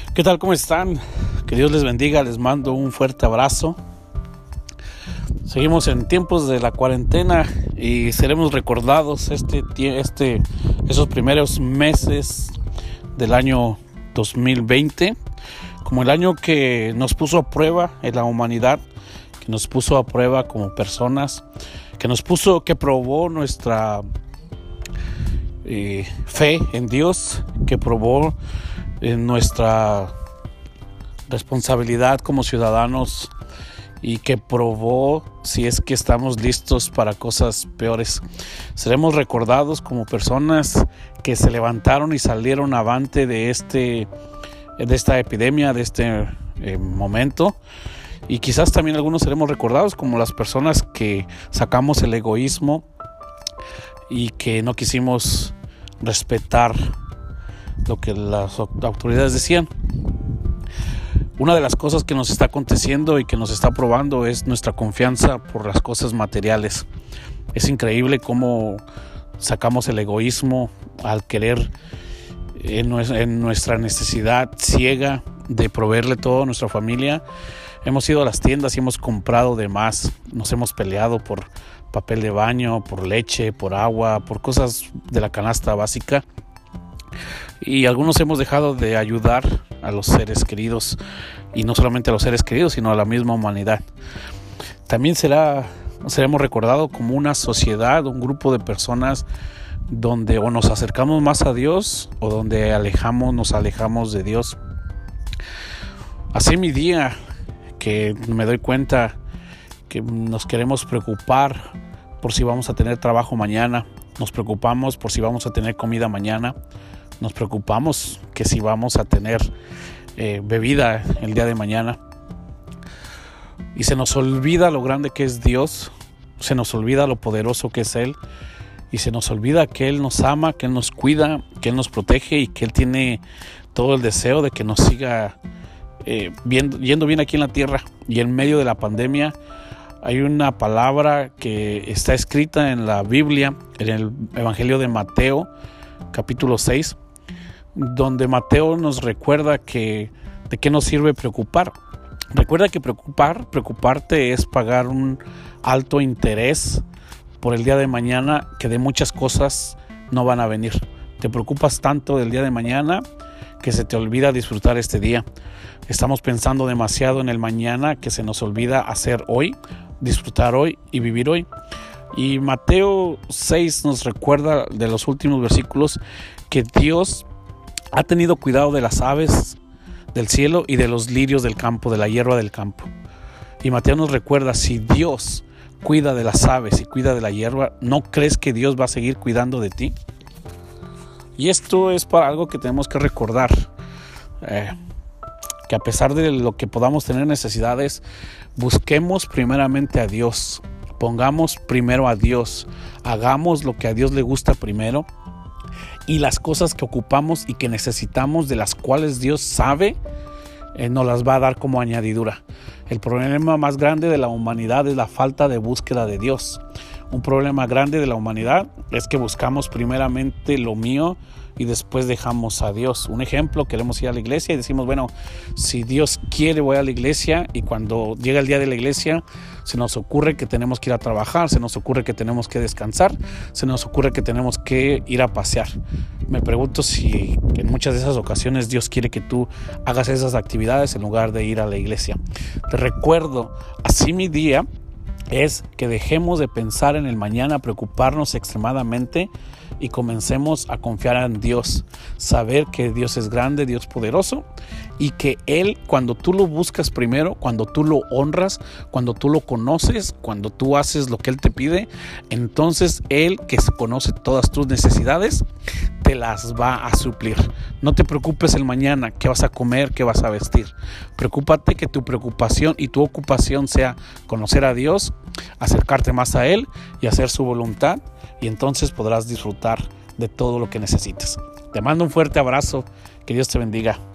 ¿Qué tal? ¿Cómo están? Que Dios les bendiga, les mando un fuerte abrazo. Seguimos en tiempos de la cuarentena y seremos recordados esos primeros meses del año 2020 como el año que nos puso a prueba en la humanidad, que nos puso a prueba como personas, que probó nuestra fe en Dios, que probó nuestra responsabilidad como ciudadanos y que probó si es que estamos listos para cosas peores. Seremos recordados como personas que se levantaron y salieron avante de esta epidemia, de este momento, y quizás también algunos seremos recordados como las personas que sacamos el egoísmo y que no quisimos respetar lo que las autoridades decían. Una de las cosas que nos está aconteciendo y que nos está probando es nuestra confianza por las cosas materiales. Es increíble cómo sacamos el egoísmo al querer en nuestra necesidad ciega de proveerle todo a nuestra familia. Hemos ido a las tiendas y hemos comprado de más. Nos hemos peleado por papel de baño, por leche, por agua, por cosas de la canasta básica. Y algunos hemos dejado de ayudar a los seres queridos, y no solamente a los seres queridos, sino a la misma humanidad. También seremos recordados como una sociedad, un grupo de personas donde o nos acercamos más a Dios o donde nos alejamos de Dios. Así mi día, que me doy cuenta que nos queremos preocupar por si vamos a tener trabajo mañana, nos preocupamos por si vamos a tener comida mañana, nos preocupamos que si vamos a tener bebida el día de mañana, y se nos olvida lo grande que es Dios, se nos olvida lo poderoso que es Él, y se nos olvida que Él nos ama, que Él nos cuida, que Él nos protege y que Él tiene todo el deseo de que nos siga yendo bien aquí en la tierra. Y en medio de la pandemia hay una palabra que está escrita en la Biblia, en el Evangelio de Mateo, capítulo 6, donde Mateo nos recuerda que de qué nos sirve preocupar. Recuerda que preocuparte es pagar un alto interés por el día de mañana, que de muchas cosas no van a venir. Te preocupas tanto del día de mañana que se te olvida disfrutar este día. Estamos pensando demasiado en el mañana que se nos olvida hacer hoy, disfrutar hoy y vivir hoy. Y Mateo 6 nos recuerda de los últimos versículos que Dios ha tenido cuidado de las aves del cielo y de los lirios del campo, de la hierba del campo. Y Mateo nos recuerda, si Dios cuida de las aves y cuida de la hierba, ¿no crees que Dios va a seguir cuidando de ti? Y esto es para algo que tenemos que recordar, que a pesar de lo que podamos tener necesidades, busquemos primeramente a Dios, pongamos primero a Dios, hagamos lo que a Dios le gusta primero, y las cosas que ocupamos y que necesitamos, de las cuales Dios sabe, nos las va a dar como añadidura. El problema más grande de la humanidad es la falta de búsqueda de Dios. Un problema grande de la humanidad es que buscamos primeramente lo mío y después dejamos a Dios. Un ejemplo, queremos ir a la iglesia y decimos, bueno, si Dios quiere voy a la iglesia, y cuando llega el día de la iglesia se nos ocurre que tenemos que ir a trabajar, se nos ocurre que tenemos que descansar, se nos ocurre que tenemos que ir a pasear. Me pregunto si en muchas de esas ocasiones Dios quiere que tú hagas esas actividades en lugar de ir a la iglesia. Te recuerdo, así mi día es que dejemos de pensar en el mañana, preocuparnos extremadamente y comencemos a confiar en Dios, saber que Dios es grande, Dios poderoso, y que Él, cuando tú lo buscas primero, cuando tú lo honras, cuando tú lo conoces, cuando tú haces lo que Él te pide, entonces Él, que conoce todas tus necesidades, te las va a suplir. No te preocupes el mañana, qué vas a comer, qué vas a vestir. Preocúpate que tu preocupación y tu ocupación sea conocer a Dios, acercarte más a Él y hacer su voluntad, y entonces podrás disfrutar de todo lo que necesites. Te mando un fuerte abrazo, que Dios te bendiga.